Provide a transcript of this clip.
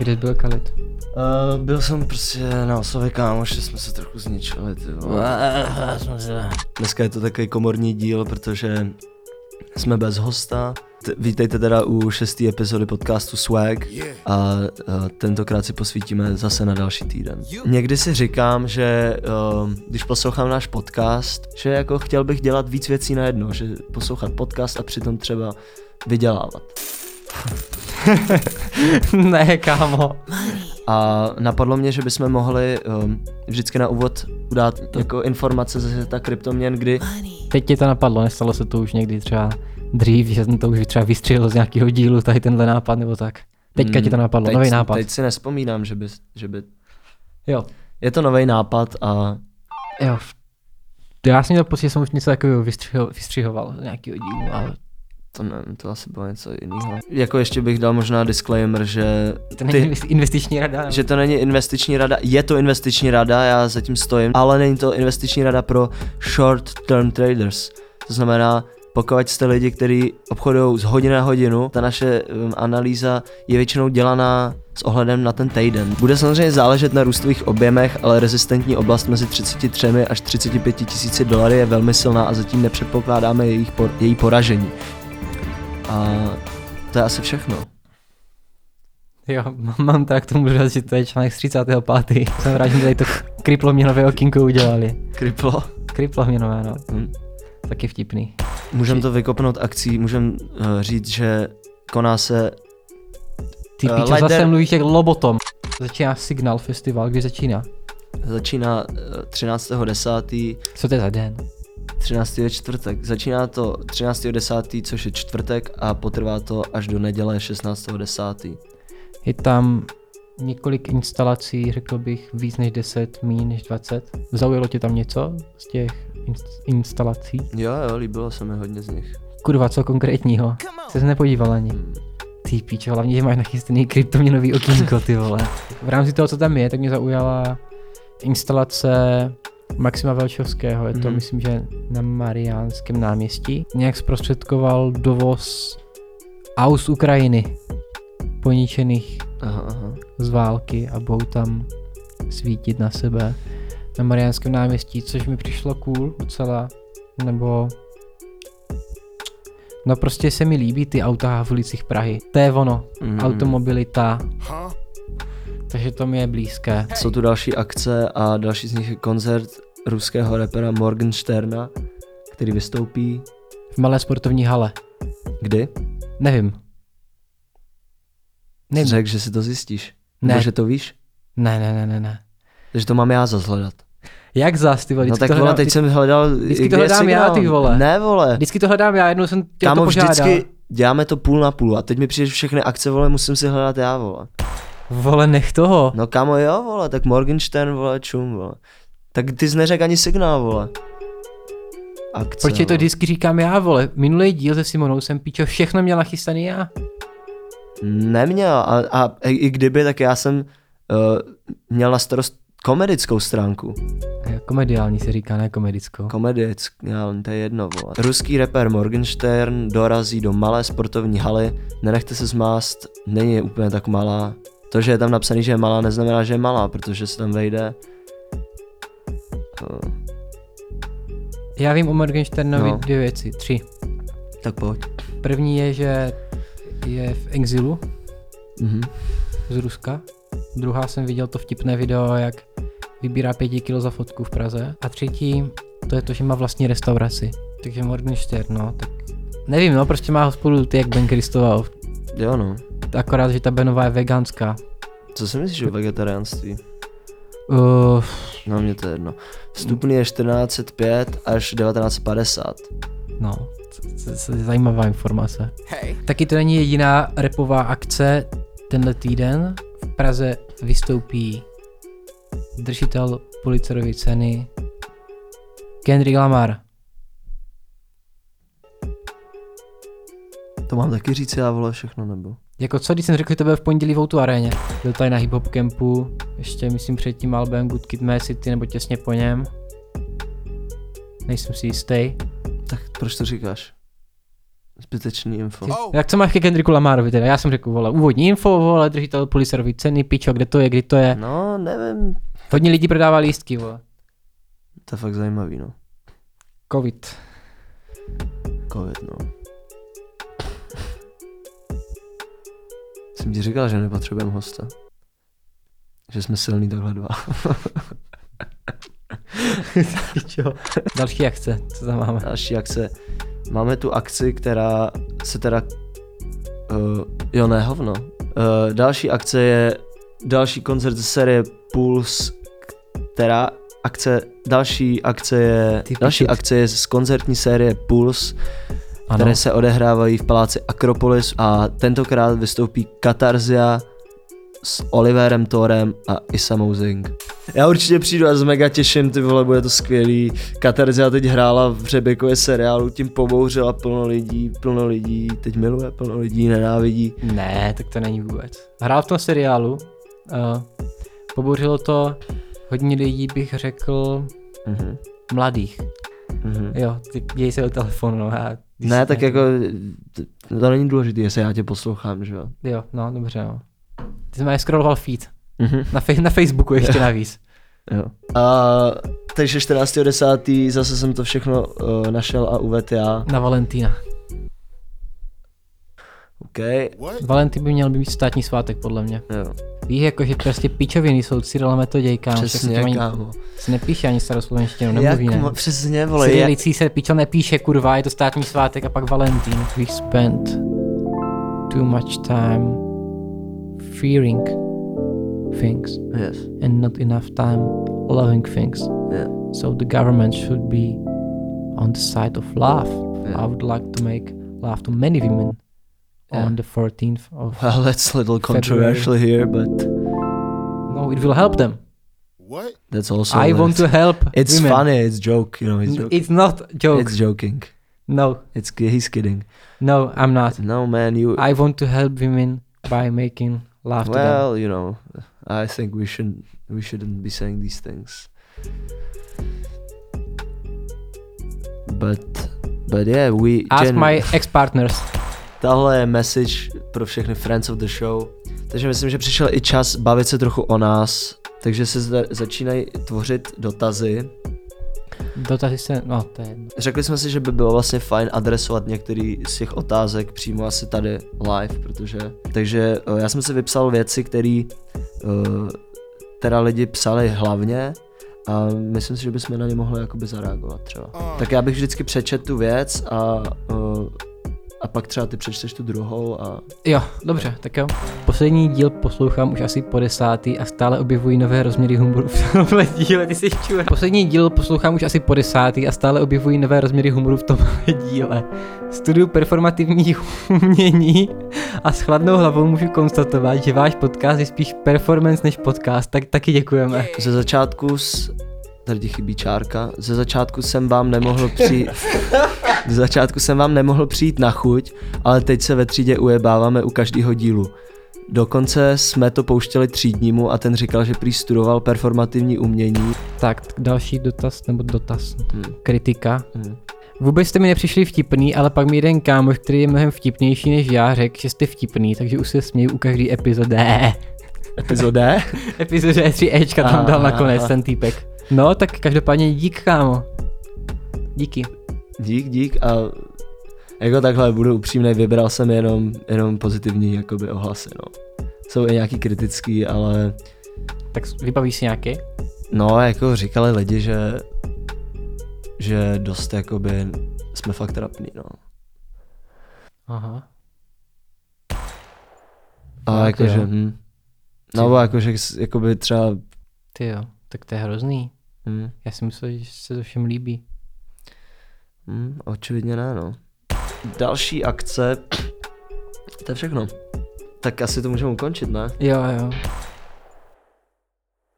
Kde byl Khalid? Byl jsem prostě na oslavě kámoše, jsme se trochu zničili, ty vole. Dneska je to takový komorní díl, protože jsme bez hosta. Vítejte teda u 6. epizody podcastu Swag a tentokrát si posvítíme zase na další týden. Někdy si říkám, že když poslouchám náš podcast, že jako chtěl bych dělat víc věcí najednou, že poslouchat podcast a přitom třeba vydělávat. Ne, kámo. A napadlo mě, že bychom mohli vždycky na úvod dát jako informace ze světa kryptoměn, kdy... Teď tě to napadlo, nestalo se to už někdy třeba dřív, že jsem to už třeba vystřelil z nějakého dílu, tady tenhle nápad nebo tak. Teďka ti to napadlo, nový nápad. Teď si nespomínám, že by... Jo. Je to nový nápad a... Jo. Já jsem měl pocit, že jsem už něco takového vystřihoval z nějakého dílu, ale... To nevím, to asi bylo něco jiného. Jako ještě bych dal možná disclaimer, že... To není investiční rada. Že to není investiční rada, je to investiční rada, já zatím stojím, ale není to investiční rada pro short term traders. To znamená, pokud jste lidi, kteří obchodují z hodiny na hodinu, ta naše analýza je většinou dělaná s ohledem na ten týden. Bude samozřejmě záležet na růstových objemech, ale rezistentní oblast mezi 33 až 35 tisíci dolary je velmi silná a zatím nepředpokládáme její poražení. A to je asi všechno. Jo, mám tak k tomu říct, že to je článek z 35. Jsem rád, že tady to kryploměnové okýnko udělali. Kryplo? Kryploměnové, no. Taky vtipný. Můžeme to vykopnout akcí, můžeme říct, že koná se... Ty pičo, zase mluvíš jak lobotom. Začíná Signal Festival, kdy začíná? Začíná 13.10. Co to je za den? 13. je čtvrtek. Začíná to 13.10., což je čtvrtek a potrvá to až do neděle 16.10. Je tam několik instalací, řekl bych víc než 10, méně než 20. Zaujalo tě tam něco z těch instalací? Jo, líbilo se mi hodně z nich. Kurva, co konkrétního? Jsi nepodíval ani. Ty píčo, hlavně, že máš nachystaný kryptoměnový okýnko, ty vole. V rámci toho, co tam je, tak mě zaujala instalace Maxima Velčovského, je to myslím, že na Mariánském náměstí. Nějak zprostředkoval dovoz aut z Ukrajiny, poničených z války a budou tam svítit na sebe na Mariánském náměstí, což mi přišlo cool docela, nebo no prostě se mi líbí ty auta v ulicích Prahy. To je ono, automobilita. Takže to mi je blízké. Jsou tu další akce a další z nich je koncert ruského rapera Morgensterna, který vystoupí v malé sportovní hale. Kdy? Nevím. Řekl, že si to zjistíš. Ne. Nebo že to víš? Ne. Takže to mám já zas hledat. Jak zas, ty vole? No tak vole, teď jsem hledal... Vždycky to hledám já, ty vole. Ne, vole. Vždycky to hledám já, jednou jsem tě to požádal. Vždycky děláme to půl na půl a teď mi přijdeš všechny akce, vole, musím si hledat já, vole. Vole, nech toho. No kámo, jo, vole, tak Morgenstern, vole, čum, vole. Tak ty jsi neřekl ani Signál, vole. Akce, Proč to vždycky říkám já, vole? Minulý díl se Simonou jsem píčo všechno měl nachystaný já. Neměl a i kdyby, tak já jsem měl na starost komedickou stránku. Komediální se říká, ne komedickou. To je jedno, vole. Ruský rapper Morgenstern dorazí do malé sportovní haly, nenechte se zmást, není úplně tak malá. To, že je tam napsaný, že je malá, neznamená, že je malá, protože se tam vejde. Já vím o Morgensternovi 2 věci, 3. Tak pojď. První je, že je v exilu z Ruska. Druhá jsem viděl to vtipné video, jak vybírá 5 kilo za fotku v Praze. A třetí, to je to, že má vlastní restauraci. Takže Morgenstern, no, tak nevím, no, prostě má hospodu ty jak Ben Kristoval. Jo, no. Akorát, že ta Benová je veganská. Co si myslíš o vegetariánství? No, mě to je jedno. Vstupný je 1405 až 1950. No, to je zajímavá informace. Hey. Taky to není jediná rapová akce tenhle týden. V Praze vystoupí držitel Pulitzerovy ceny Kendrick Lamar. To mám taky říct já, vole, všechno nebo? Jako co, když jsem řekl, že to bude v pondělí v Outu aréně. Byl tady na Hip Hop Campu, ještě myslím před tím albem Good Kid, Mad City nebo těsně po něm. Nejsem si jistý. Tak proč to říkáš? Zbytečný info. Jak co máš ke Kendricku Lamarovi teda? Já jsem řekl, vole, úvodní info, vole, držitel Pulitzerovy ceny, pičo, kde to je, kdy to je. No, nevím. Hodně lidí prodává lístky, vole. To je fakt zajímavý, no. Covid, no. Jsem ti říkal, že nepotřebujeme hosta. Že jsme silní takhle dva. Další akce, co tam máme? Další akce. Máme tu akci, která se teda... další akce je další koncert ze série Pulse, která další akce je z koncertní série Pulse, které se odehrávají v paláci Akropolis a tentokrát vystoupí Katarzia s Oliverem Thorem a Isamou Zing. Já určitě přijdu a se mega těším, ty vole, bude to skvělý. Katarzia teď hrála v Řebekově seriálu, tím pobouřila plno lidí, teď miluje, plno lidí nenávidí. Ne, tak to není vůbec. Hrál v tom seriálu, pobouřilo to hodně lidí, bych řekl, mladých. Jo, děj se o telefonu, no. Ne, tak jako, to není důležité, jestli já tě poslouchám, že jo? Jo, no, dobře, no. Ty jsi mě scrolloval feed. Na Facebooku ještě navíc. Jo. Takže 14.10. zase jsem to všechno našel a uvedl já. Na Valentína. OK. Valentín by měl být státní svátek, podle mě. Jo. Víš, jako, že prostě pičoviny jsou Cyrila Metoděj, kámo. Přesně, kámo. Se nepíše ani staroslovenštinou, nemluví, ne? Přesně, vole. Cyrilicí se pičo nepíše, kurva, je to státní svátek a pak Valentín. We spent too much time fearing things and not enough time loving things. So the government should be on the side of love. I would like to make love to many women on the 14th of Well, that's a little controversial here, but no, it will help them. What? That's also I want to help It's women. funny, it's joke, you know, it's joke. It's not joke. It's joking. No. He's kidding. No, I'm not. No, man, I want to help women by making love to them. Well, you know, I think we shouldn't be saying these things. But yeah, ask my ex-partners. Tahle je message pro všechny friends of the show. Takže myslím, že přišel i čas bavit se trochu o nás. Takže se zde začínají tvořit dotazy. Dotazy se, no to je jedno. Řekli jsme si, že by bylo vlastně fajn adresovat některý z těch otázek přímo asi tady live, takže já jsem si vypsal věci, které teda lidi psali hlavně a myslím si, že bychom na ně mohli jakoby zareagovat třeba. Tak já bych vždycky přečet tu věc a pak třeba ty přečteš tu druhou a... Jo, dobře, tak jo. Poslední díl poslouchám už asi po 10. a stále objevují nové rozměry humoru v tomhle díle, ty jsi čura. Poslední díl poslouchám už asi po 10. a stále objevují nové rozměry humoru v tomhle díle. Studuju performativní umění a s chladnou hlavou můžu konstatovat, že váš podcast je spíš performance než podcast, tak taky děkujeme. Ze začátku tady ti chybí čárka. Ze začátku jsem vám nemohl přijít na chuť, ale teď se ve třídě ujebáváme u každého dílu. Dokonce jsme to pouštěli třídnímu a ten říkal, že prý studoval performativní umění. Tak, další dotaz. Kritika. Vůbec jste mi nepřišli vtipný, ale pak mi jeden kámoš, který je mnohem vtipnější než já, řekl, že jste vtipný, takže už se směju u každý epizodě. Epizodě? Epizodě 3Ečka tam dal nakonec ten týpek. No, tak každopádně dík, kámo. Díky. Dík a jako takhle budu upřímnej, vybral jsem jenom pozitivní jakoby ohlasy, no. Jsou i nějaký kritický, ale... Tak vybavíš si nějaký? No, jako říkali lidi, že dost jakoby jsme fakt trapný, no. Aha. A jakože, no, jakože jakoby třeba... Ty jo, tak to je hrozný. Já si myslel, že se to všem líbí. Očividně ne, no. Další akce, to je všechno. Tak asi to můžeme ukončit, ne? Jo.